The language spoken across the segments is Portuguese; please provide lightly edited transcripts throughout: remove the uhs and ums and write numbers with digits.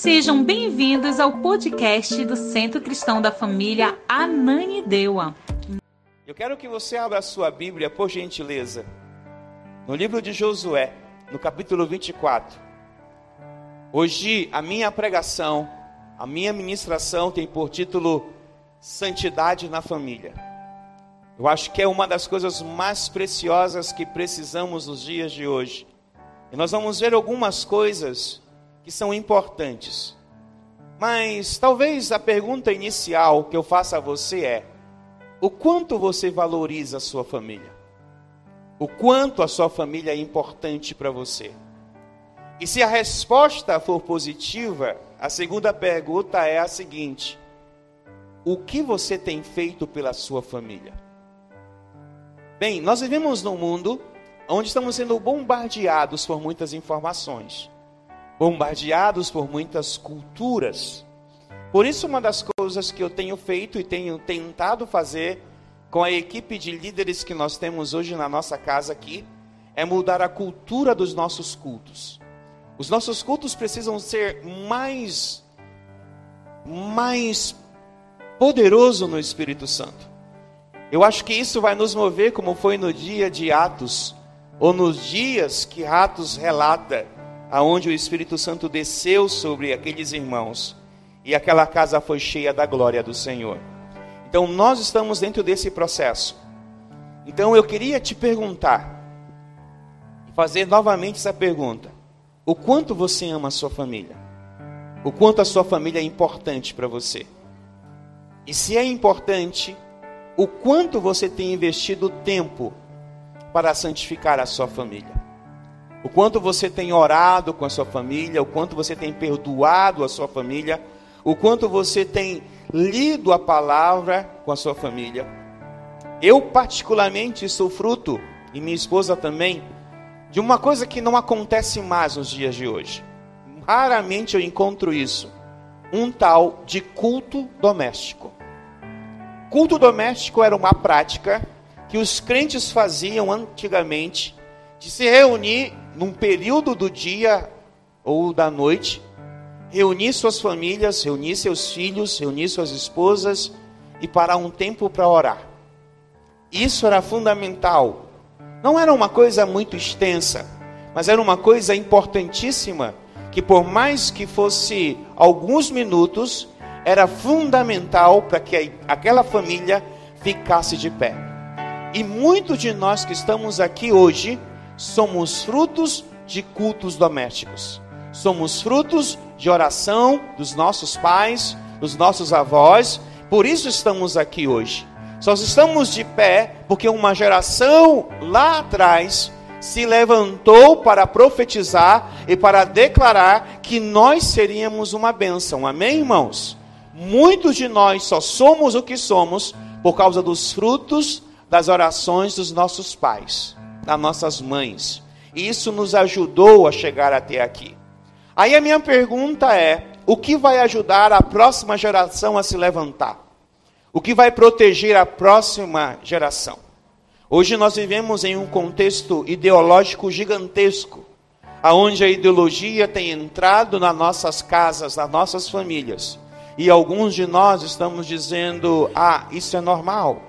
Sejam bem-vindos ao podcast do Centro Cristão da Família Ananindeua. Eu quero que você abra a sua Bíblia, por gentileza, no livro de Josué, no capítulo 24. Hoje, a minha pregação, a minha ministração tem por título Santidade na Família. Eu acho que é uma das coisas mais preciosas que precisamos nos dias de hoje. E nós vamos ver algumas coisas que são importantes. Mas talvez a pergunta inicial que eu faço a você é: o quanto você valoriza a sua família? O quanto a sua família é importante para você? E se a resposta for positiva, a segunda pergunta é a seguinte: o que você tem feito pela sua família? Bem, nós vivemos num mundo onde estamos sendo bombardeados por muitas informações, bombardeados por muitas culturas. Por isso, uma das coisas que eu tenho feito e tenho tentado fazer com a equipe de líderes que nós temos hoje na nossa casa aqui, é mudar a cultura dos nossos cultos. Os nossos cultos precisam ser mais poderosos no Espírito Santo. Eu acho que isso vai nos mover como foi no dia de Atos, ou nos dias que Atos relata, aonde o Espírito Santo desceu sobre aqueles irmãos, e aquela casa foi cheia da glória do Senhor. Então nós estamos dentro desse processo. Então eu queria te perguntar, e fazer novamente essa pergunta: o quanto você ama a sua família? O quanto a sua família é importante para você? E se é importante, o quanto você tem investido tempo para santificar a sua família? O quanto você tem orado com a sua família? O quanto você tem perdoado a sua família? O quanto você tem lido a palavra com a sua família? Eu particularmente sou fruto, e minha esposa também, de uma coisa que não acontece mais nos dias de hoje. Raramente eu encontro isso. Um tal de culto doméstico. Culto doméstico era uma prática que os crentes faziam antigamente, de se reunir num período do dia ou da noite, reunir suas famílias, reunir seus filhos, reunir suas esposas e parar um tempo para orar. Isso era fundamental. Não era uma coisa muito extensa, mas era uma coisa importantíssima, que por mais que fosse alguns minutos, era fundamental para que aquela família ficasse de pé. E muitos de nós que estamos aqui hoje somos frutos de cultos domésticos. Somos frutos de oração dos nossos pais, dos nossos avós. Por isso estamos aqui hoje. Só estamos de pé porque uma geração lá atrás se levantou para profetizar e para declarar que nós seríamos uma bênção. Amém, irmãos? Muitos de nós só somos o que somos por causa dos frutos das orações dos nossos pais, das nossas mães. E isso nos ajudou a chegar até aqui. Aí a minha pergunta é: o que vai ajudar a próxima geração a se levantar? O que vai proteger a próxima geração? Hoje nós vivemos em um contexto ideológico gigantesco, onde a ideologia tem entrado nas nossas casas, nas nossas famílias. E alguns de nós estamos dizendo: isso é normal.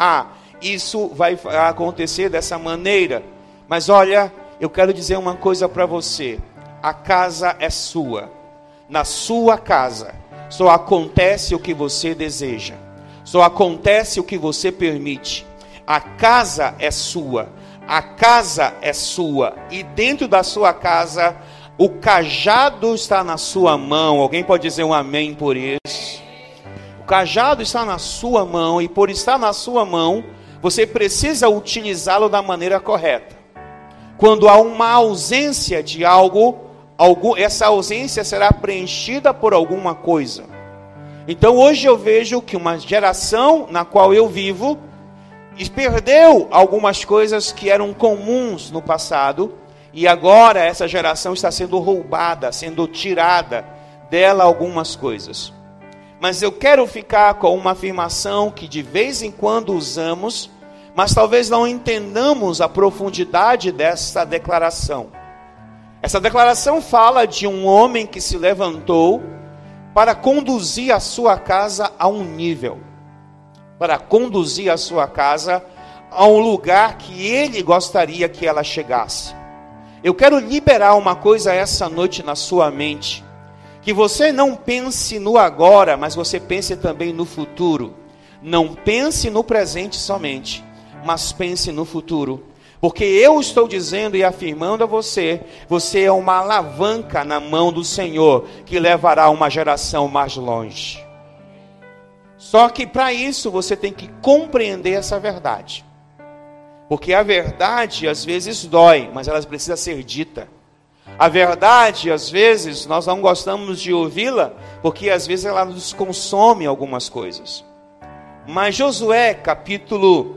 Isso vai acontecer dessa maneira. Mas olha, eu quero dizer uma coisa para você. A casa é sua. Na sua casa só acontece o que você deseja. Só acontece o que você permite. A casa é sua. A casa é sua. E dentro da sua casa, o cajado está na sua mão. Alguém pode dizer um amém por isso? O cajado está na sua mão. E por estar na sua mão, você precisa utilizá-lo da maneira correta. Quando há uma ausência de algo, essa ausência será preenchida por alguma coisa. Então hoje eu vejo que uma geração na qual eu vivo perdeu algumas coisas que eram comuns no passado. E agora essa geração está sendo roubada, sendo tirada dela algumas coisas. Mas eu quero ficar com uma afirmação que de vez em quando usamos, mas talvez não entendamos a profundidade dessa declaração. Essa declaração fala de um homem que se levantou para conduzir a sua casa a um nível, para conduzir a sua casa a um lugar que ele gostaria que ela chegasse. Eu quero liberar uma coisa essa noite na sua mente, que você não pense no agora, mas você pense também no futuro. Não pense no presente somente, mas pense no futuro. Porque eu estou dizendo e afirmando a você, você é uma alavanca na mão do Senhor, que levará uma geração mais longe. Só que para isso você tem que compreender essa verdade. Porque a verdade às vezes dói, mas ela precisa ser dita. A verdade, às vezes, nós não gostamos de ouvi-la, porque às vezes ela nos consome algumas coisas. Mas Josué capítulo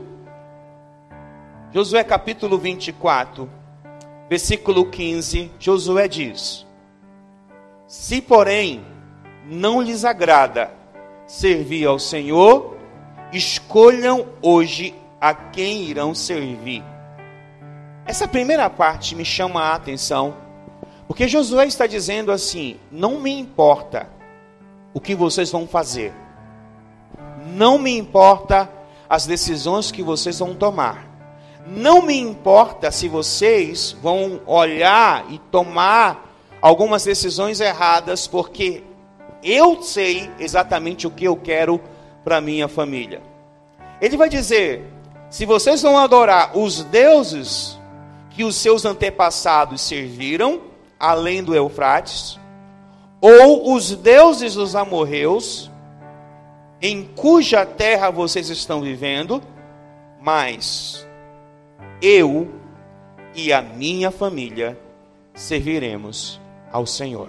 24, versículo 15, Josué diz: se porém não lhes agrada servir ao Senhor, escolham hoje a quem irão servir. Essa primeira parte me chama a atenção, porque Josué está dizendo assim: não me importa o que vocês vão fazer, não me importa as decisões que vocês vão tomar, não me importa se vocês vão olhar e tomar algumas decisões erradas, porque eu sei exatamente o que eu quero para minha família. Ele vai dizer: se vocês vão adorar os deuses que os seus antepassados serviram, além do Eufrates, ou os deuses dos amorreus, em cuja terra vocês estão vivendo, mas eu e a minha família serviremos ao Senhor.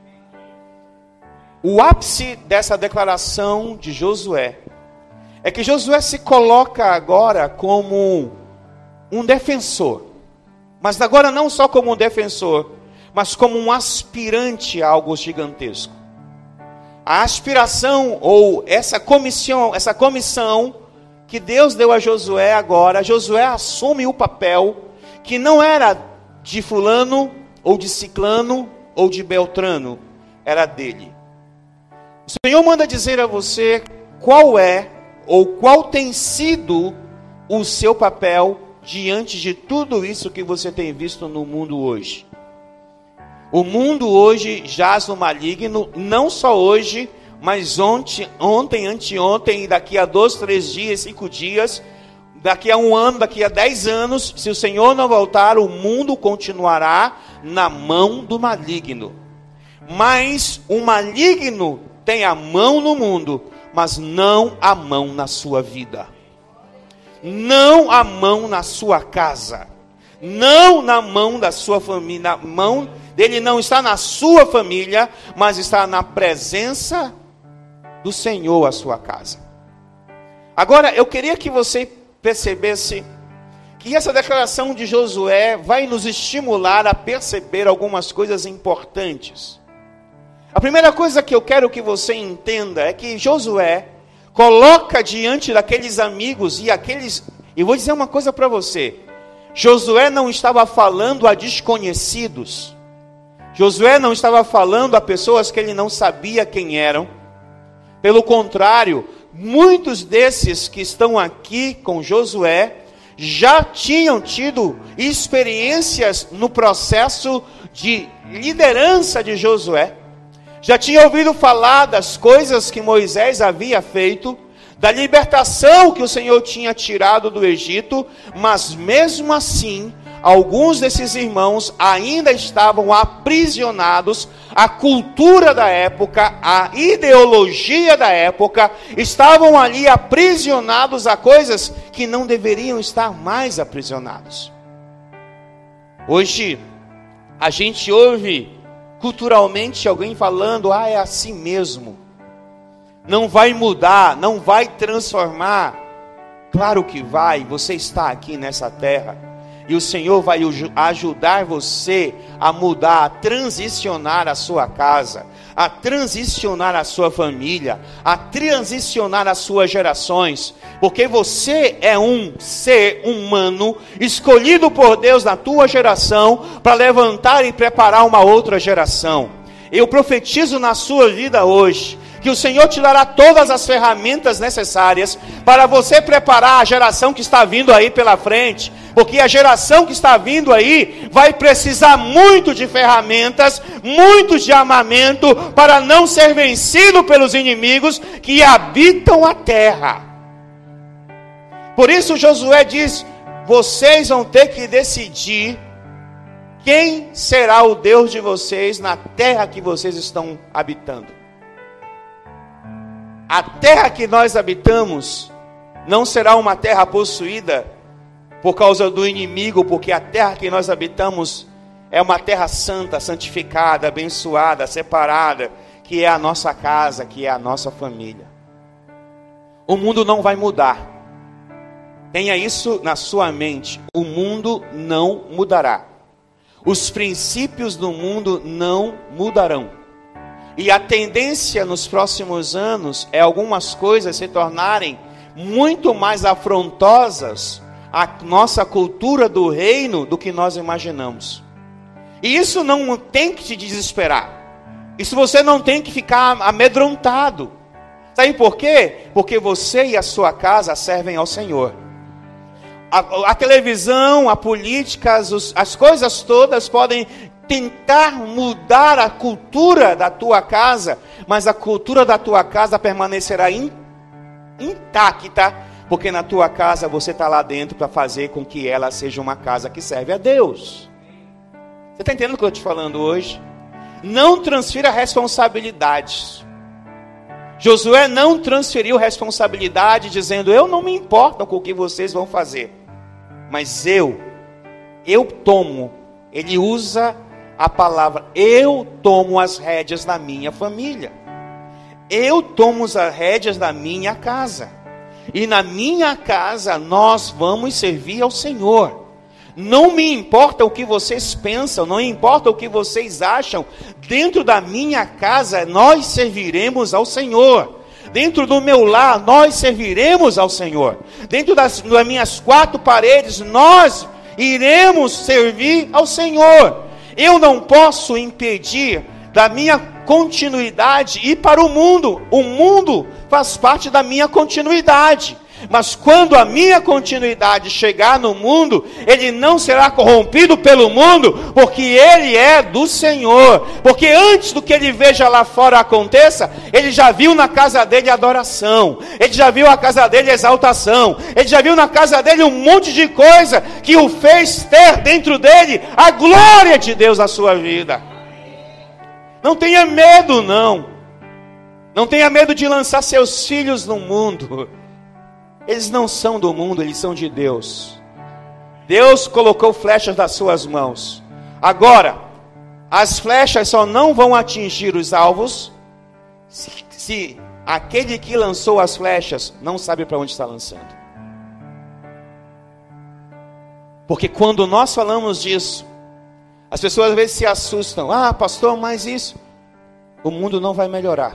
O ápice dessa declaração de Josué é que Josué se coloca agora como um defensor, mas agora não só como um defensor, mas como um aspirante a algo gigantesco. A aspiração ou essa comissão que Deus deu a Josué agora, Josué assume o papel que não era de fulano, ou de ciclano, ou de beltrano, era dele. O Senhor manda dizer a você qual é, ou qual tem sido o seu papel diante de tudo isso que você tem visto no mundo hoje. O mundo hoje jaz no maligno, não só hoje, mas ontem, anteontem, e daqui a 2, 3 dias, 5 dias, daqui a 1 ano, daqui a 10 anos, se o Senhor não voltar, o mundo continuará na mão do maligno. Mas o maligno tem a mão no mundo, mas não a mão na sua vida. Não a mão na sua casa. Não na mão da sua família. A mão dele não está na sua família, mas está na presença do Senhor a sua casa. Agora, eu queria que você percebesse que essa declaração de Josué vai nos estimular a perceber algumas coisas importantes. A primeira coisa que eu quero que você entenda é que Josué coloca diante daqueles amigos e vou dizer uma coisa para você: Josué não estava falando a desconhecidos, Josué não estava falando a pessoas que ele não sabia quem eram. Pelo contrário, muitos desses que estão aqui com Josué já tinham tido experiências no processo de liderança de Josué, já tinham ouvido falar das coisas que Moisés havia feito, da libertação que o Senhor tinha tirado do Egito, mas mesmo assim, alguns desses irmãos ainda estavam aprisionados à cultura da época, à ideologia da época, estavam ali aprisionados a coisas que não deveriam estar mais aprisionados. Hoje, a gente ouve culturalmente alguém falando: é assim mesmo, não vai mudar, não vai transformar. Claro que vai, você está aqui nessa terra. E o Senhor vai ajudar você a mudar, a transicionar a sua casa, a transicionar a sua família, a transicionar as suas gerações. Porque você é um ser humano escolhido por Deus na tua geração para levantar e preparar uma outra geração. Eu profetizo na sua vida hoje que o Senhor te dará todas as ferramentas necessárias para você preparar a geração que está vindo aí pela frente, porque a geração que está vindo aí vai precisar muito de ferramentas, muito de armamento, para não ser vencido pelos inimigos que habitam a terra. Por isso Josué diz: vocês vão ter que decidir quem será o Deus de vocês na terra que vocês estão habitando. A terra que nós habitamos não será uma terra possuída por causa do inimigo, porque a terra que nós habitamos é uma terra santa, santificada, abençoada, separada, que é a nossa casa, que é a nossa família. O mundo não vai mudar. Tenha isso na sua mente. O mundo não mudará. Os princípios do mundo não mudarão. E a tendência nos próximos anos é algumas coisas se tornarem muito mais afrontosas à nossa cultura do reino do que nós imaginamos. E isso não tem que te desesperar. Isso você não tem que ficar amedrontado. Sabe por quê? Porque você e a sua casa servem ao Senhor. A televisão, a política, as coisas todas podem tentar mudar a cultura da tua casa, mas a cultura da tua casa permanecerá intacta, porque na tua casa você está lá dentro para fazer com que ela seja uma casa que serve a Deus. Você está entendendo o que eu estou te falando hoje? Não transfira responsabilidades. Josué não transferiu responsabilidade dizendo: eu não me importo com o que vocês vão fazer, mas eu tomo. Ele usa a palavra: eu tomo as rédeas da minha família. Eu tomo as rédeas da minha casa. E na minha casa nós vamos servir ao Senhor. Não me importa o que vocês pensam, não importa o que vocês acham. Dentro da minha casa nós serviremos ao Senhor. Dentro do meu lar nós serviremos ao Senhor. Dentro das minhas quatro paredes nós iremos servir ao Senhor. Eu não posso impedir da minha continuidade ir para o mundo. O mundo faz parte da minha continuidade. Mas quando a minha continuidade chegar no mundo, ele não será corrompido pelo mundo, porque ele é do Senhor. Porque antes do que ele veja lá fora aconteça, ele já viu na casa dele adoração, ele já viu na casa dele exaltação, ele já viu na casa dele um monte de coisa que o fez ter dentro dele a glória de Deus na sua vida. Não tenha medo, não. Não tenha medo de lançar seus filhos no mundo. Eles não são do mundo, eles são de Deus. Deus colocou flechas nas suas mãos. Agora, as flechas só não vão atingir os alvos se aquele que lançou as flechas não sabe para onde está lançando. Porque quando nós falamos disso, as pessoas às vezes se assustam. Ah, pastor, mas isso, o mundo não vai melhorar.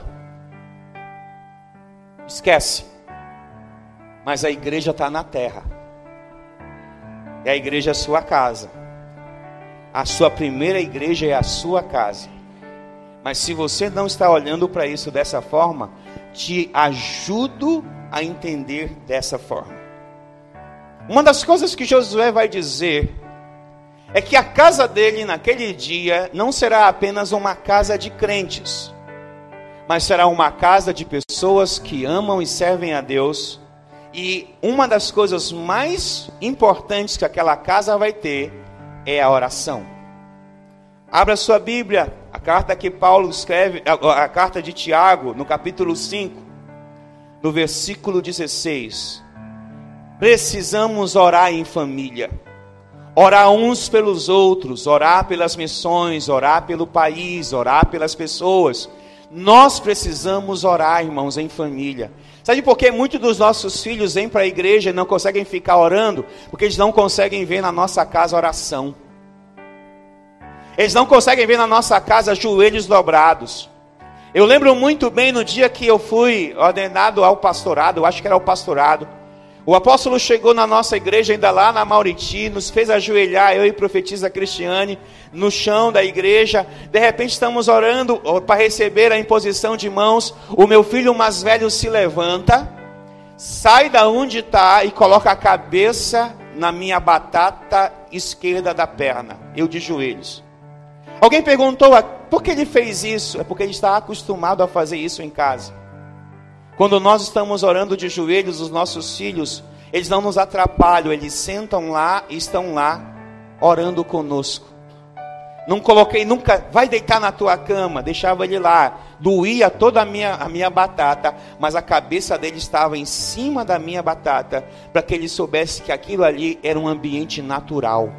Esquece. Mas a igreja está na terra. E a igreja é a sua casa. A sua primeira igreja é a sua casa. Mas se você não está olhando para isso dessa forma, te ajudo a entender dessa forma. Uma das coisas que Josué vai dizer é que a casa dele naquele dia não será apenas uma casa de crentes, mas será uma casa de pessoas que amam e servem a Deus. E uma das coisas mais importantes que aquela casa vai ter é a oração. Abra sua Bíblia, a carta que Paulo escreve, a carta de Tiago, no capítulo 5, no versículo 16. Precisamos orar em família. Orar uns pelos outros, orar pelas missões, orar pelo país, orar pelas pessoas. Nós precisamos orar, irmãos, em família. Sabe por que muitos dos nossos filhos vêm para a igreja e não conseguem ficar orando? Porque eles não conseguem ver na nossa casa oração. Eles não conseguem ver na nossa casa joelhos dobrados. Eu lembro muito bem no dia que eu fui ordenado ao pastorado, eu acho que era o pastorado. O apóstolo chegou na nossa igreja, ainda lá na Mauriti, nos fez ajoelhar, eu e a profetisa Cristiane, no chão da igreja. De repente estamos orando para receber a imposição de mãos. O meu filho mais velho se levanta, sai da onde está e coloca a cabeça na minha batata esquerda da perna, eu de joelhos. Alguém perguntou, por que ele fez isso? É porque ele está acostumado a fazer isso em casa. Quando nós estamos orando de joelhos, os nossos filhos, eles não nos atrapalham, eles sentam lá e estão lá, orando conosco. Não coloquei nunca, vai deitar na tua cama, deixava ele lá, doía toda a minha batata, mas a cabeça dele estava em cima da minha batata, para que ele soubesse que aquilo ali era um ambiente natural.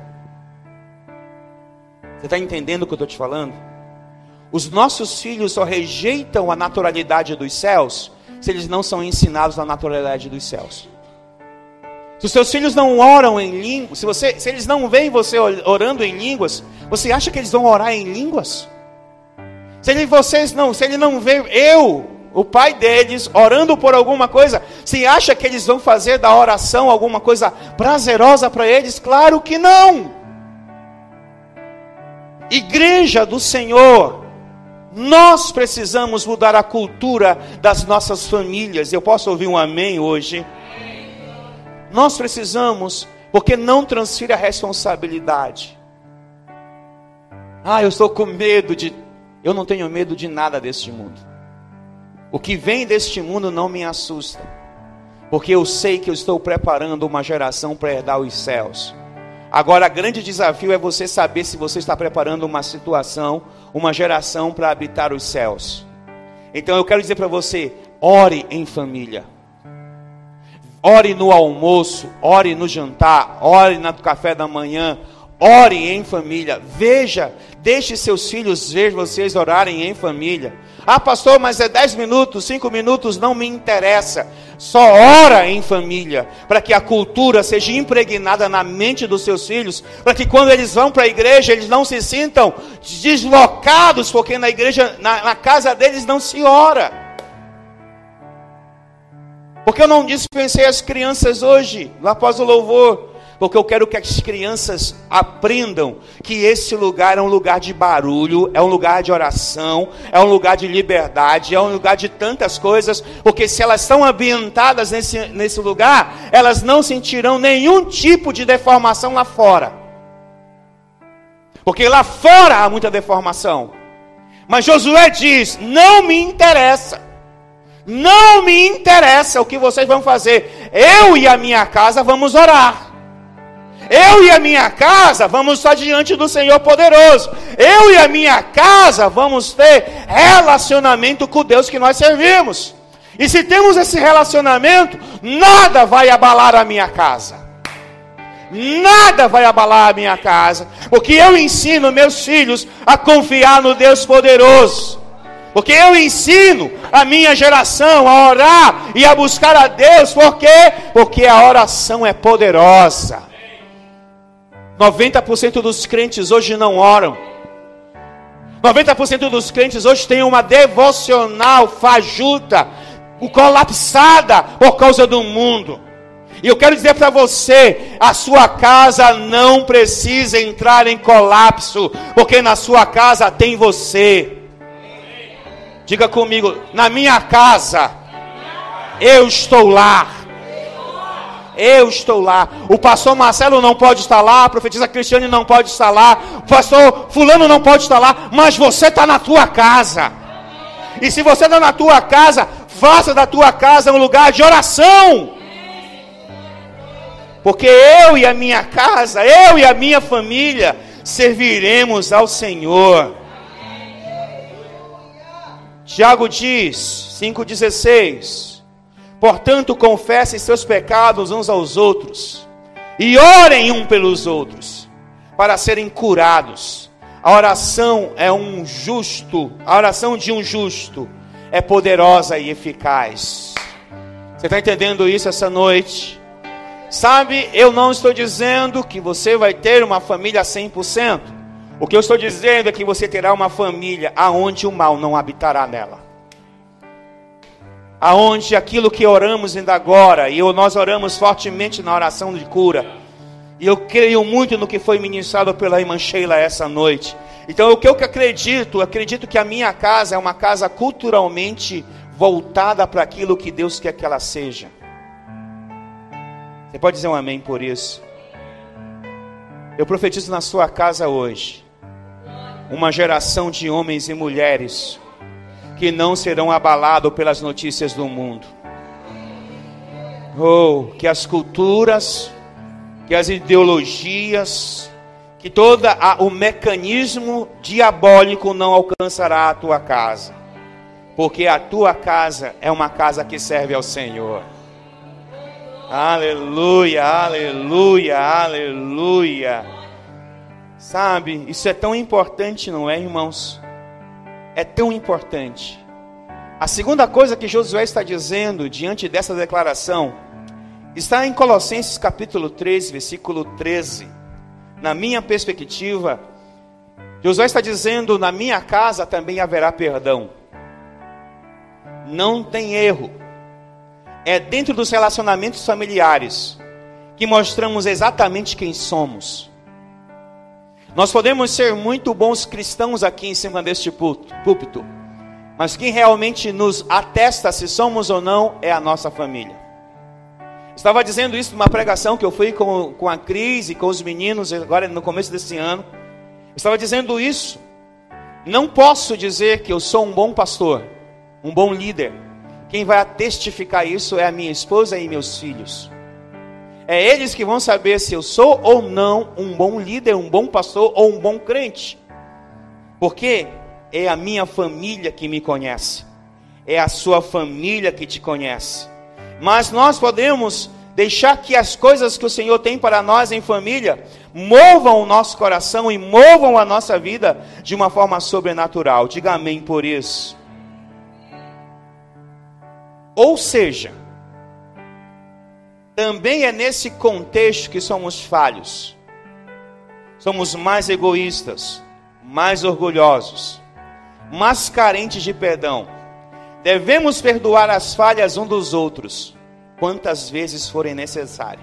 Você está entendendo o que eu estou te falando? Os nossos filhos só rejeitam a naturalidade dos céus, se eles não são ensinados na naturalidade dos céus. Se os seus filhos não oram em línguas, se eles não veem você orando em línguas, você acha que eles vão orar em línguas? Se ele não vê o pai deles, orando por alguma coisa, você acha que eles vão fazer da oração alguma coisa prazerosa para eles? Claro que não! Igreja do Senhor, nós precisamos mudar a cultura das nossas famílias. Eu posso ouvir um amém hoje? Nós precisamos, porque não transfira a responsabilidade. Eu estou com medo eu não tenho medo de nada deste mundo. O que vem deste mundo não me assusta, porque eu sei que eu estou preparando uma geração para herdar os céus. Agora, o grande desafio é você saber se você está preparando uma situação, uma geração para habitar os céus. Então eu quero dizer para você, ore em família. Ore no almoço, ore no jantar, ore no café da manhã, ore em família. Deixe seus filhos ver vocês orarem em família. Pastor, mas é 10 minutos, 5 minutos, não me interessa. Só ora em família, para que a cultura seja impregnada na mente dos seus filhos, para que quando eles vão para a igreja, eles não se sintam deslocados, porque na igreja, na casa deles não se ora. Porque eu não dispensei as crianças hoje, lá após o louvor, porque eu quero que as crianças aprendam que esse lugar é um lugar de barulho, é um lugar de oração, é um lugar de liberdade, é um lugar de tantas coisas, porque se elas estão ambientadas nesse lugar, elas não sentirão nenhum tipo de deformação lá fora. Porque lá fora há muita deformação. Mas Josué diz, não me interessa o que vocês vão fazer, eu e a minha casa vamos orar. Eu e a minha casa vamos estar diante do Senhor poderoso. Eu e a minha casa vamos ter relacionamento com o Deus que nós servimos. E se temos esse relacionamento, nada vai abalar a minha casa. Nada vai abalar a minha casa. Porque eu ensino meus filhos a confiar no Deus poderoso. Porque eu ensino a minha geração a orar e a buscar a Deus. Por quê? Porque a oração é poderosa. 90% dos crentes hoje não oram. 90% dos crentes hoje têm uma devocional fajuta, colapsada por causa do mundo. E eu quero dizer para você, a sua casa não precisa entrar em colapso, porque na sua casa tem você. Diga comigo, na minha casa, eu estou lá. Eu estou lá. O pastor Marcelo não pode estar lá, a profetisa Cristiane não pode estar lá, o pastor fulano não pode estar lá, mas você está na tua casa. E se você está na tua casa, faça da tua casa um lugar de oração. Porque eu e a minha casa, eu e a minha família, serviremos ao Senhor. Tiago diz, 5,16... Portanto, confessem seus pecados uns aos outros, e orem um pelos outros, para serem curados. A oração a oração de um justo é poderosa e eficaz. Você está entendendo isso essa noite? Sabe, eu não estou dizendo que você vai ter uma família 100%. O que eu estou dizendo é que você terá uma família aonde o mal não habitará nela. Aonde aquilo que oramos ainda agora, e nós oramos fortemente na oração de cura, e eu creio muito no que foi ministrado pela irmã Sheila essa noite. Então o que eu acredito que a minha casa é uma casa culturalmente voltada para aquilo que Deus quer que ela seja. Você pode dizer um amém por isso? Eu profetizo na sua casa hoje uma geração de homens e mulheres que não serão abalados pelas notícias do mundo. Que as culturas, que as ideologias, que todo o mecanismo diabólico não alcançará a tua casa. Porque a tua casa é uma casa que serve ao Senhor. Aleluia, aleluia, aleluia. Sabe, isso é tão importante, não é, irmãos? É tão importante. A segunda coisa que Josué está dizendo diante dessa declaração está em Colossenses capítulo 3, versículo 13. Na minha perspectiva, Josué está dizendo: na minha casa também haverá perdão. Não tem erro. É dentro dos relacionamentos familiares que mostramos exatamente quem somos. Nós podemos ser muito bons cristãos aqui em cima deste púlpito, mas quem realmente nos atesta se somos ou não é a nossa família. Estava dizendo isso numa pregação que eu fui com a Cris e com os meninos agora no começo desse ano. Estava dizendo isso. Não posso dizer que eu sou um bom pastor, um bom líder. Quem vai testificar isso é a minha esposa e meus filhos. É eles que vão saber se eu sou ou não um bom líder, um bom pastor ou um bom crente. Porque é a minha família que me conhece. É a sua família que te conhece. Mas nós podemos deixar que as coisas que o Senhor tem para nós em família movam o nosso coração e movam a nossa vida de uma forma sobrenatural. Diga amém por isso. Ou seja, também é nesse contexto que somos falhos. Somos mais egoístas, mais orgulhosos, mais carentes de perdão. Devemos perdoar as falhas um dos outros, quantas vezes forem necessárias.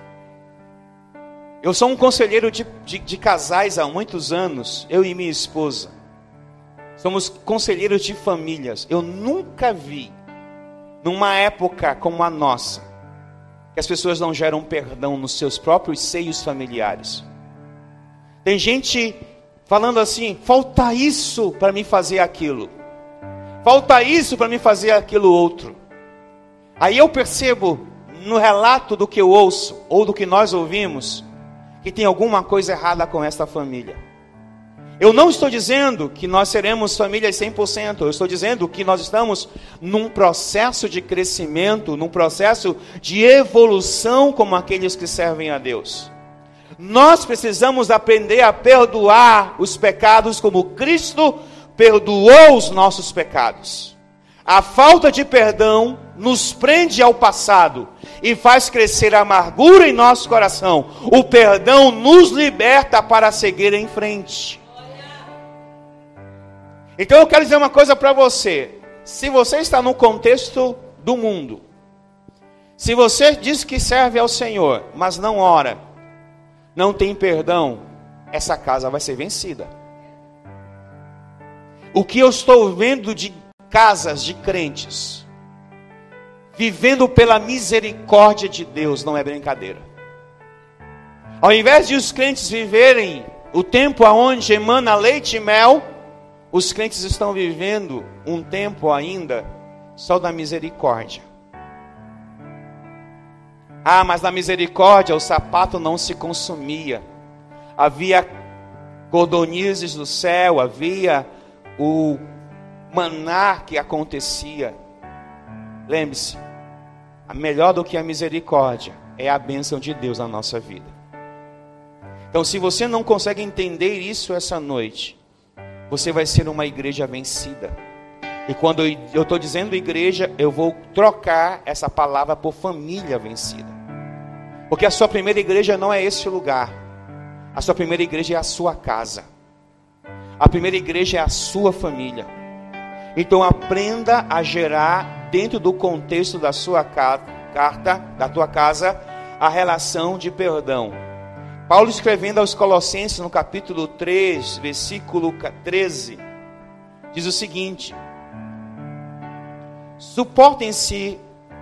Eu sou um conselheiro de casais há muitos anos, eu e minha esposa. Somos conselheiros de famílias. Eu nunca vi, numa época como a nossa, que as pessoas não geram perdão nos seus próprios seios familiares. Tem gente falando assim: falta isso para me fazer aquilo. Falta isso para me fazer aquilo outro. Aí eu percebo no relato do que eu ouço, ou do que nós ouvimos, que tem alguma coisa errada com esta família. Eu não estou dizendo que nós seremos famílias 100%. Eu estou dizendo que nós estamos num processo de crescimento, num processo de evolução como aqueles que servem a Deus. Nós precisamos aprender a perdoar os pecados como Cristo perdoou os nossos pecados. A falta de perdão nos prende ao passado e faz crescer a amargura em nosso coração. O perdão nos liberta para seguir em frente. Então eu quero dizer uma coisa para você. Se você está no contexto do mundo, se você diz que serve ao Senhor, mas não ora, não tem perdão, essa casa vai ser vencida. O que eu estou vendo de casas de crentes vivendo pela misericórdia de Deus não é brincadeira. Ao invés de os crentes viverem o tempo aonde emana leite e mel, os crentes estão vivendo um tempo ainda só da misericórdia. Ah, mas na misericórdia o sapato não se consumia. Havia cordonizes do céu, havia o maná que acontecia. Lembre-se, melhor do que a misericórdia é a bênção de Deus na nossa vida. Então, se você não consegue entender isso essa noite, você vai ser uma igreja vencida. E quando eu estou dizendo igreja, eu vou trocar essa palavra por família vencida. Porque a sua primeira igreja não é esse lugar. A sua primeira igreja é a sua casa. A primeira igreja é a sua família. Então aprenda a gerar dentro do contexto da sua carta, da tua casa, a relação de perdão. Paulo escrevendo aos Colossenses no capítulo 3, versículo 13, diz o seguinte: suportem-se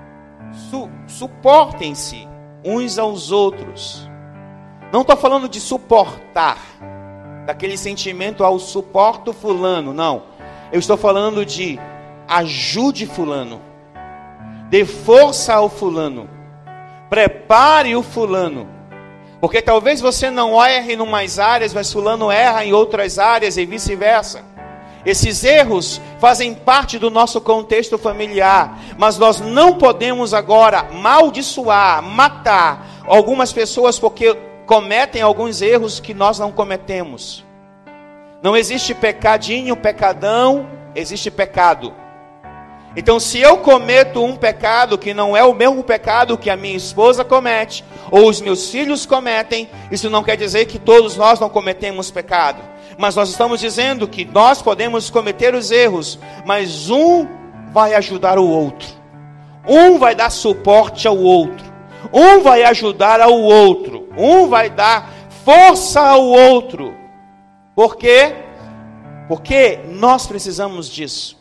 uns aos outros. Não estou falando de suportar, daquele sentimento ao suporto fulano, não. Eu estou falando de ajude fulano, dê força ao fulano, prepare o fulano. Porque talvez você não erre em umas áreas, mas fulano erra em outras áreas e vice-versa. Esses erros fazem parte do nosso contexto familiar, mas nós não podemos agora amaldiçoar, matar algumas pessoas porque cometem alguns erros que nós não cometemos. Não existe pecadinho, pecadão, existe pecado. Então, se eu cometo um pecado que não é o mesmo pecado que a minha esposa comete, ou os meus filhos cometem, isso não quer dizer que todos nós não cometemos pecado. Mas nós estamos dizendo que nós podemos cometer os erros, mas um vai ajudar o outro. Um vai dar suporte ao outro. Um vai ajudar ao outro. Um vai dar força ao outro. Por quê? Porque nós precisamos disso.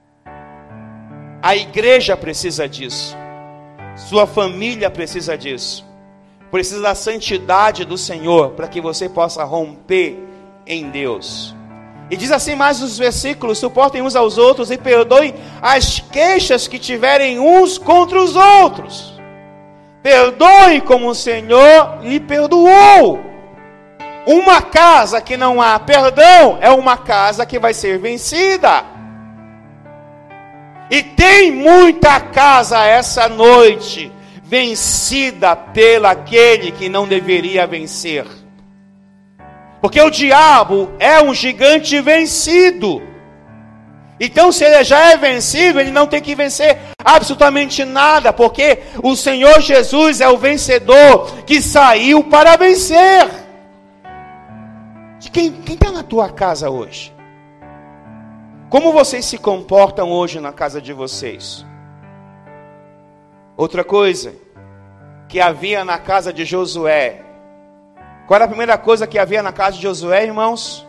A igreja precisa disso. Sua família precisa disso. Precisa da santidade do Senhor para que você possa romper em Deus. E diz assim mais os versículos: suportem uns aos outros e perdoem as queixas que tiverem uns contra os outros. Perdoe como o Senhor lhe perdoou. Uma casa que não há perdão é uma casa que vai ser vencida. E tem muita casa essa noite vencida pelo aquele que não deveria vencer. Porque o diabo é um gigante vencido. Então, se ele já é vencido, ele não tem que vencer absolutamente nada, porque o Senhor Jesus é o vencedor que saiu para vencer. De quem está na tua casa hoje? Como vocês se comportam hoje na casa de vocês? Outra coisa que havia na casa de Josué. Qual era a primeira coisa que havia na casa de Josué, irmãos?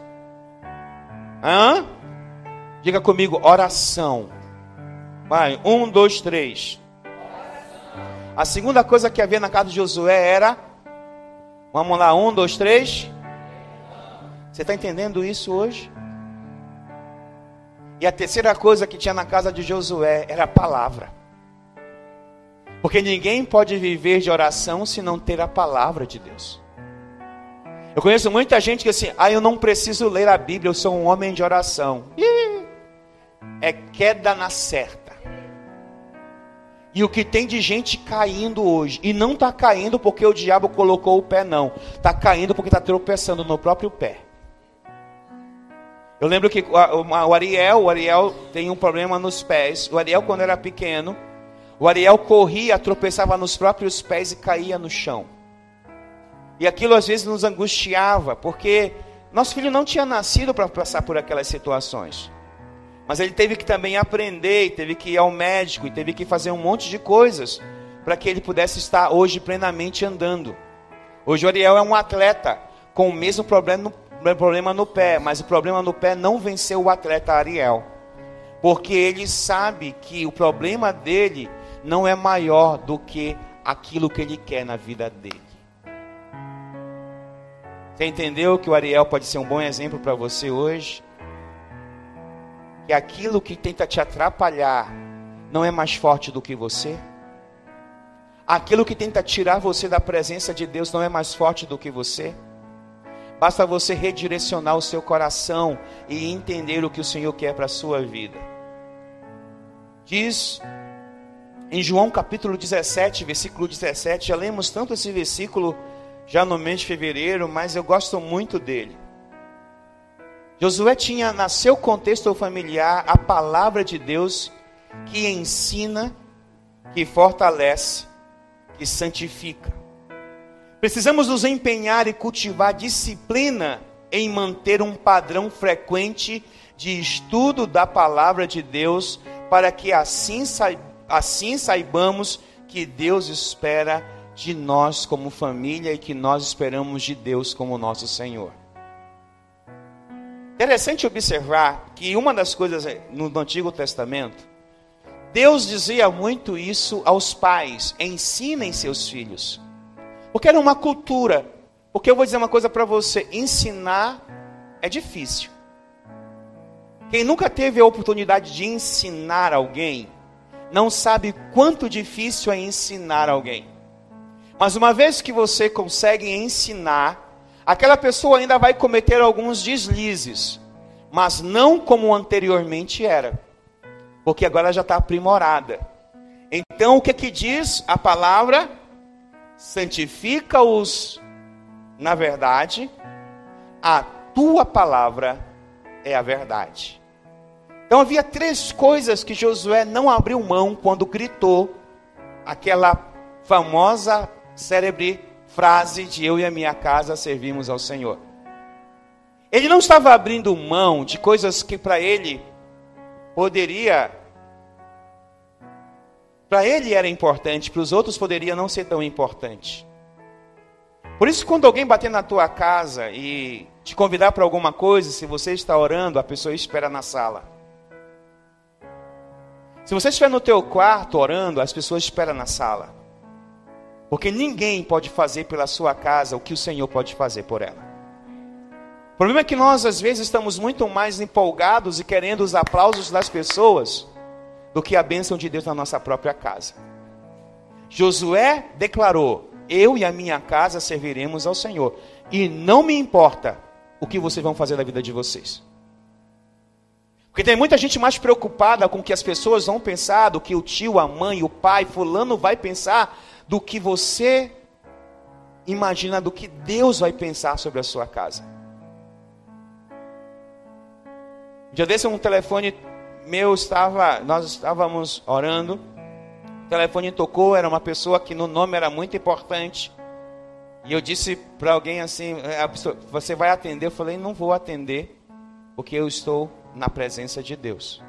Diga comigo, oração. Vai, 1, 2, 3. A segunda coisa que havia na casa de Josué era... Vamos lá, 1, 2, 3. Você está entendendo isso hoje? E a terceira coisa que tinha na casa de Josué era a palavra. Porque ninguém pode viver de oração se não ter a palavra de Deus. Eu conheço muita gente que assim, eu não preciso ler a Bíblia, eu sou um homem de oração. É queda na certa. E o que tem de gente caindo hoje, e não está caindo porque o diabo colocou o pé não, está caindo porque está tropeçando no próprio pé. Eu lembro que o Ariel tem um problema nos pés. O Ariel, quando era pequeno, o Ariel corria, tropeçava nos próprios pés e caía no chão. E aquilo às vezes nos angustiava, porque nosso filho não tinha nascido para passar por aquelas situações. Mas ele teve que também aprender, teve que ir ao médico, e teve que fazer um monte de coisas para que ele pudesse estar hoje plenamente andando. Hoje o Ariel é um atleta com o mesmo problema no pé, mas o problema no pé não venceu o atleta Ariel, porque ele sabe que o problema dele não é maior do que aquilo que ele quer na vida dele. Você entendeu que o Ariel pode ser um bom exemplo para você hoje? Que aquilo que tenta te atrapalhar não é mais forte do que você? Aquilo que tenta tirar você da presença de Deus não é mais forte do que você? Basta você redirecionar o seu coração e entender o que o Senhor quer para a sua vida. Diz em João capítulo 17, versículo 17, já lemos tanto esse versículo já no mês de fevereiro, mas eu gosto muito dele. Josué tinha, no seu contexto familiar, a palavra de Deus que ensina, que fortalece, que santifica. Precisamos nos empenhar e cultivar disciplina em manter um padrão frequente de estudo da palavra de Deus, para que assim saibamos que Deus espera de nós como família e que nós esperamos de Deus como nosso Senhor. Interessante observar que uma das coisas no Antigo Testamento, Deus dizia muito isso aos pais: ensinem seus filhos. Porque era uma cultura. Porque eu vou dizer uma coisa para você: ensinar é difícil. Quem nunca teve a oportunidade de ensinar alguém, não sabe quanto difícil é ensinar alguém. Mas uma vez que você consegue ensinar, aquela pessoa ainda vai cometer alguns deslizes, mas não como anteriormente era, porque agora já está aprimorada. Então o que diz a palavra? Santifica-os na verdade, a tua palavra é a verdade. Então havia 3 coisas que Josué não abriu mão quando gritou aquela famosa, célebre frase de eu e a minha casa servimos ao Senhor. Ele não estava abrindo mão de coisas que para ele era importante, para os outros poderia não ser tão importante. Por isso, quando alguém bater na tua casa e te convidar para alguma coisa, se você está orando, a pessoa espera na sala. Se você estiver no teu quarto orando, as pessoas esperam na sala. Porque ninguém pode fazer pela sua casa o que o Senhor pode fazer por ela. O problema é que nós, às vezes, estamos muito mais empolgados e querendo os aplausos das pessoas do que a bênção de Deus na nossa própria casa. Josué declarou: eu e a minha casa serviremos ao Senhor. E não me importa o que vocês vão fazer da vida de vocês. Porque tem muita gente mais preocupada com o que as pessoas vão pensar, do que o tio, a mãe, o pai, fulano vai pensar, do que você imagina, do que Deus vai pensar sobre a sua casa. Um dia desse, um telefone meu nós estávamos orando, o telefone tocou, era uma pessoa que no nome era muito importante, e eu disse para alguém assim, a pessoa, você vai atender? Eu falei, não vou atender, porque eu estou na presença de Deus.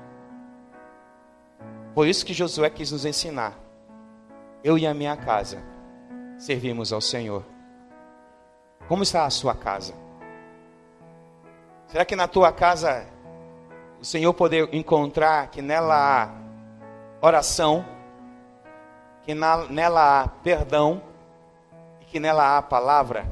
Por isso que Josué quis nos ensinar: eu e a minha casa servimos ao Senhor. Como está a sua casa? Será que na tua casa o Senhor poder encontrar que nela há oração, que nela há perdão e que nela há palavra?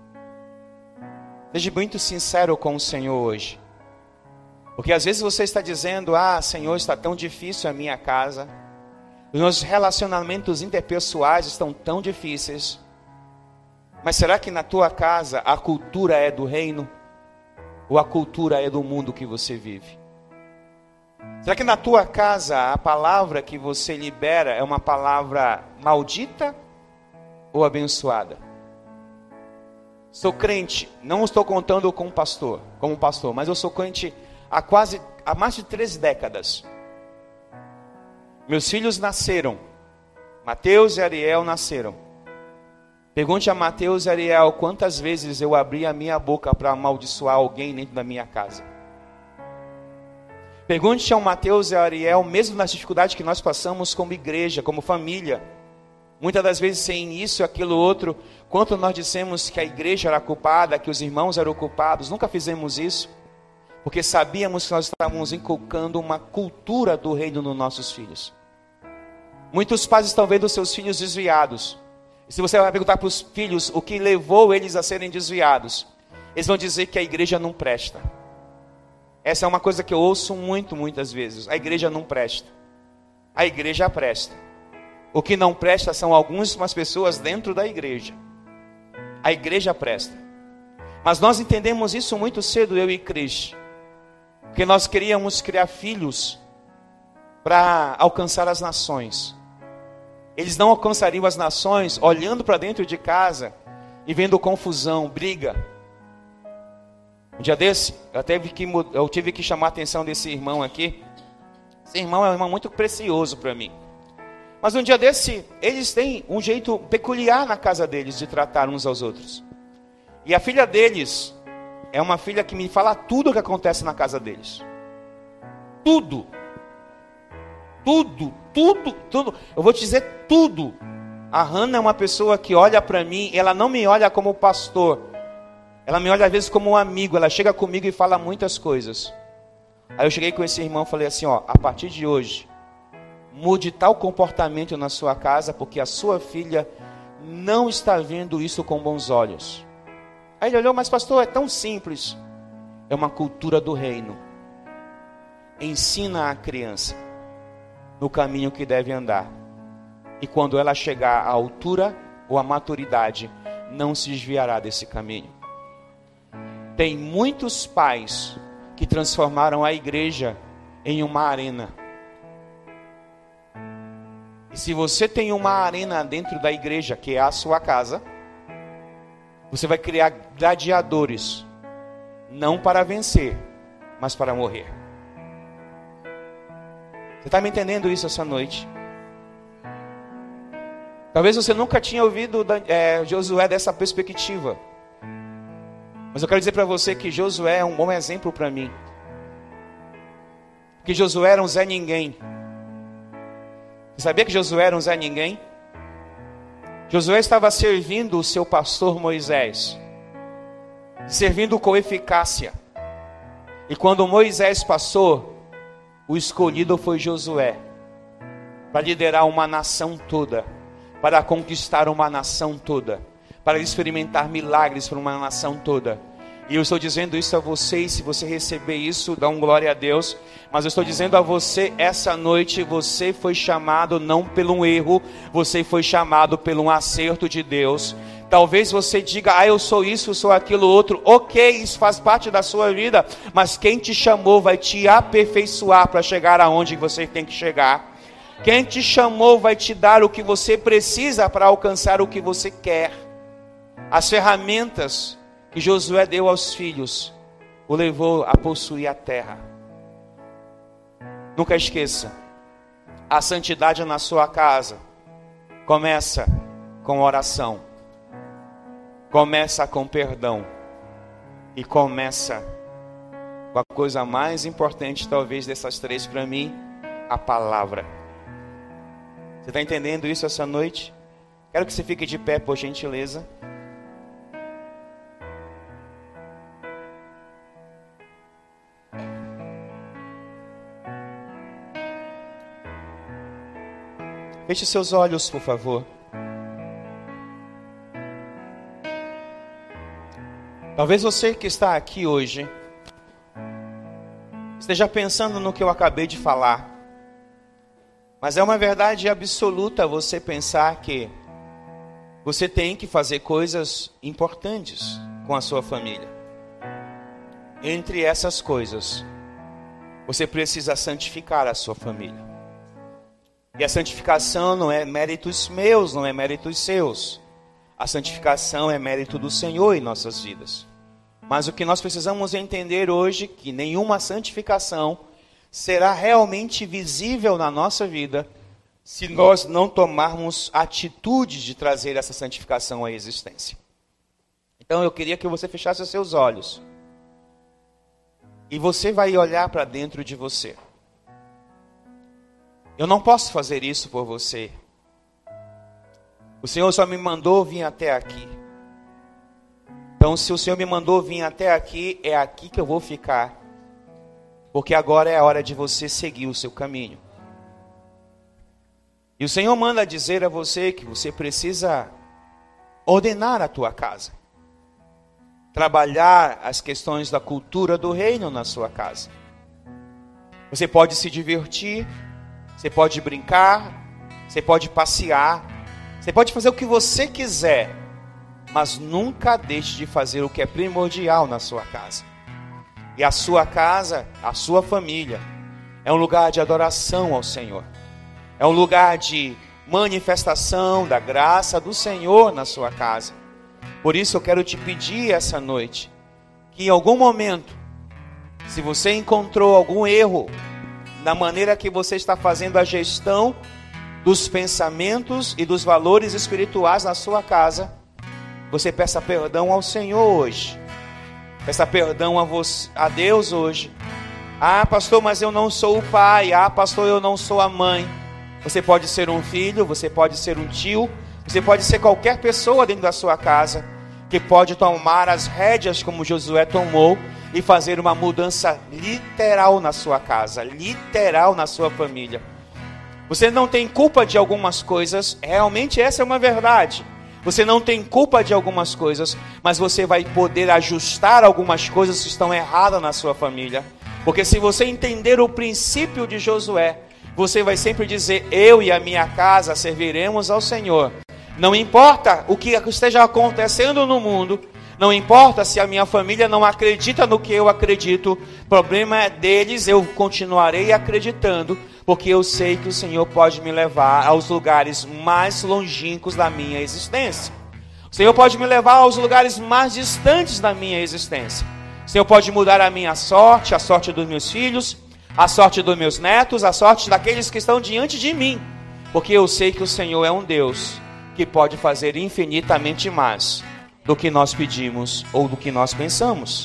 Seja muito sincero com o Senhor hoje. Porque às vezes você está dizendo: Senhor, está tão difícil a minha casa. Os nossos relacionamentos interpessoais estão tão difíceis. Mas será que na tua casa a cultura é do reino? Ou a cultura é do mundo que você vive? Será que na tua casa a palavra que você libera é uma palavra maldita ou abençoada? Sou crente, não estou contando como pastor, mas eu sou crente há mais de 3 décadas. Meus filhos nasceram, Mateus e Ariel nasceram. Pergunte a Mateus e Ariel quantas vezes eu abri a minha boca para amaldiçoar alguém dentro da minha casa. Pergunte ao Mateus e a Ariel, mesmo nas dificuldades que nós passamos como igreja, como família, muitas das vezes sem isso, aquilo, outro, quanto nós dissemos que a igreja era culpada, que os irmãos eram culpados, nunca fizemos isso, porque sabíamos que nós estávamos inculcando uma cultura do reino nos nossos filhos. Muitos pais estão vendo seus filhos desviados. E se você vai perguntar para os filhos o que levou eles a serem desviados, eles vão dizer que a igreja não presta. Essa é uma coisa que eu ouço muitas vezes. A igreja não presta. A igreja presta. O que não presta são algumas pessoas dentro da igreja. A igreja presta. Mas nós entendemos isso muito cedo, eu e Cris. Porque nós queríamos criar filhos para alcançar as nações. Eles não alcançariam as nações olhando para dentro de casa e vendo confusão, briga. Um dia desse, eu tive que chamar a atenção desse irmão aqui. Esse irmão é um irmão muito precioso para mim. Mas um dia desse, eles têm um jeito peculiar na casa deles de tratar uns aos outros. E a filha deles é uma filha que me fala tudo o que acontece na casa deles. Tudo. Tudo. Eu vou te dizer tudo. A Hannah é uma pessoa que olha para mim, ela não me olha como pastor. Ela me olha às vezes como um amigo, ela chega comigo e fala muitas coisas. Aí eu cheguei com esse irmão e falei assim, ó, a partir de hoje, mude tal comportamento na sua casa, porque a sua filha não está vendo isso com bons olhos. Aí ele olhou, mas pastor, é tão simples. É uma cultura do reino. Ensina a criança no caminho que deve andar. E quando ela chegar à altura ou à maturidade, não se desviará desse caminho. Tem muitos pais que transformaram a igreja em uma arena. E se você tem uma arena dentro da igreja, que é a sua casa, você vai criar gladiadores, não para vencer, mas para morrer. Você está me entendendo isso essa noite? Talvez você nunca tinha ouvido Josué dessa perspectiva. Mas eu quero dizer para você que Josué é um bom exemplo para mim. Que Josué era um Zé Ninguém. Você sabia que Josué era um Zé Ninguém? Josué estava servindo o seu pastor Moisés. Servindo com eficácia. E quando Moisés passou, o escolhido foi Josué. Para liderar uma nação toda. Para conquistar uma nação toda. Para experimentar milagres para uma nação toda. E eu estou dizendo isso a você, e se você receber isso, dá um glória a Deus. Mas eu estou dizendo a você, essa noite, você foi chamado não pelo erro, você foi chamado pelo acerto de Deus. Talvez você diga, eu sou isso, eu sou aquilo outro. Ok, isso faz parte da sua vida, mas quem te chamou vai te aperfeiçoar para chegar aonde você tem que chegar. Quem te chamou vai te dar o que você precisa para alcançar o que você quer. As ferramentas que Josué deu aos filhos o levou a possuir a terra. Nunca esqueça, a santidade na sua casa começa com oração, começa com perdão e começa com a coisa mais importante talvez dessas três para mim, a palavra. Você está entendendo isso essa noite? Quero que você fique de pé, por gentileza. Feche seus olhos, por favor. Talvez você que está aqui hoje esteja pensando no que eu acabei de falar. Mas é uma verdade absoluta você pensar que você tem que fazer coisas importantes com a sua família. Entre essas coisas, você precisa santificar a sua família. E a santificação não é méritos meus, não é méritos seus. A santificação é mérito do Senhor em nossas vidas. Mas o que nós precisamos entender hoje, que nenhuma santificação será realmente visível na nossa vida, se nós não tomarmos atitude de trazer essa santificação à existência. Então eu queria que você fechasse os seus olhos. E você vai olhar para dentro de você. Eu não posso fazer isso por você. O Senhor só me mandou vir até aqui. Então, se o Senhor me mandou vir até aqui, é aqui que eu vou ficar. Porque agora é a hora de você seguir o seu caminho. E o Senhor manda dizer a você que você precisa ordenar a tua casa. Trabalhar as questões da cultura do reino na sua casa. Você pode se divertir. Você pode brincar, você pode passear, você pode fazer o que você quiser, mas nunca deixe de fazer o que é primordial na sua casa. E a sua casa, a sua família, é um lugar de adoração ao Senhor. É um lugar de manifestação da graça do Senhor na sua casa. Por isso eu quero te pedir essa noite, que em algum momento, se você encontrou algum erro na maneira que você está fazendo a gestão dos pensamentos e dos valores espirituais na sua casa, você peça perdão ao Senhor hoje. Peça perdão a Deus hoje. Ah, pastor, mas eu não sou o pai. Ah, pastor, eu não sou a mãe. Você pode ser um filho, você pode ser um tio, você pode ser qualquer pessoa dentro da sua casa que pode tomar as rédeas como Josué tomou e fazer uma mudança literal na sua casa, literal na sua família. Você não tem culpa de algumas coisas, realmente essa é uma verdade. Você não tem culpa de algumas coisas, mas você vai poder ajustar algumas coisas que estão erradas na sua família. Porque se você entender o princípio de Josué, você vai sempre dizer: eu e a minha casa serviremos ao Senhor. Não importa o que esteja acontecendo no mundo, não importa se a minha família não acredita no que eu acredito, o problema é deles, eu continuarei acreditando, porque eu sei que o Senhor pode me levar aos lugares mais longínquos da minha existência. O Senhor pode me levar aos lugares mais distantes da minha existência. O Senhor pode mudar a minha sorte, a sorte dos meus filhos, a sorte dos meus netos, a sorte daqueles que estão diante de mim, porque eu sei que o Senhor é um Deus que pode fazer infinitamente mais do que nós pedimos ou do que nós pensamos.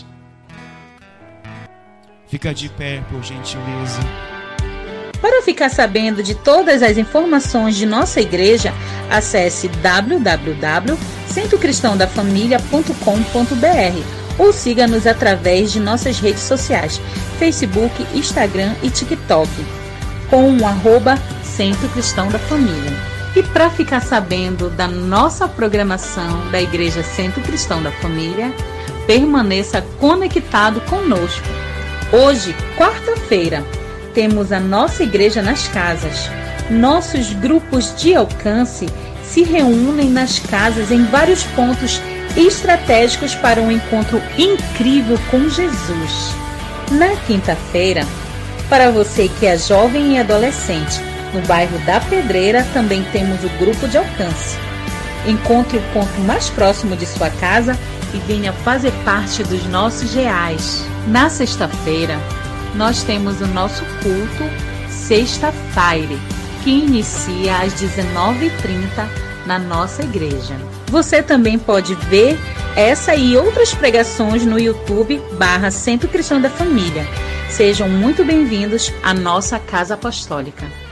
Fica de pé, por gentileza. Para ficar sabendo de todas as informações de nossa igreja, acesse www.centrocristãodafamilia.com.br ou siga-nos através de nossas redes sociais, Facebook, Instagram e TikTok, com o @Centro Cristão da Família. E para ficar sabendo da nossa programação da Igreja Centro Cristão da Família, permaneça conectado conosco. Hoje, quarta-feira, temos a nossa igreja nas casas. Nossos grupos de alcance se reúnem nas casas em vários pontos estratégicos para um encontro incrível com Jesus. Na quinta-feira, para você que é jovem e adolescente, no bairro da Pedreira também temos o grupo de alcance. Encontre o ponto mais próximo de sua casa e venha fazer parte dos nossos reais. Na sexta-feira, nós temos o nosso culto Sexta-feira, que inicia às 19h30 na nossa igreja. Você também pode ver essa e outras pregações no YouTube /Centro Cristão da Família. Sejam muito bem-vindos à nossa Casa Apostólica.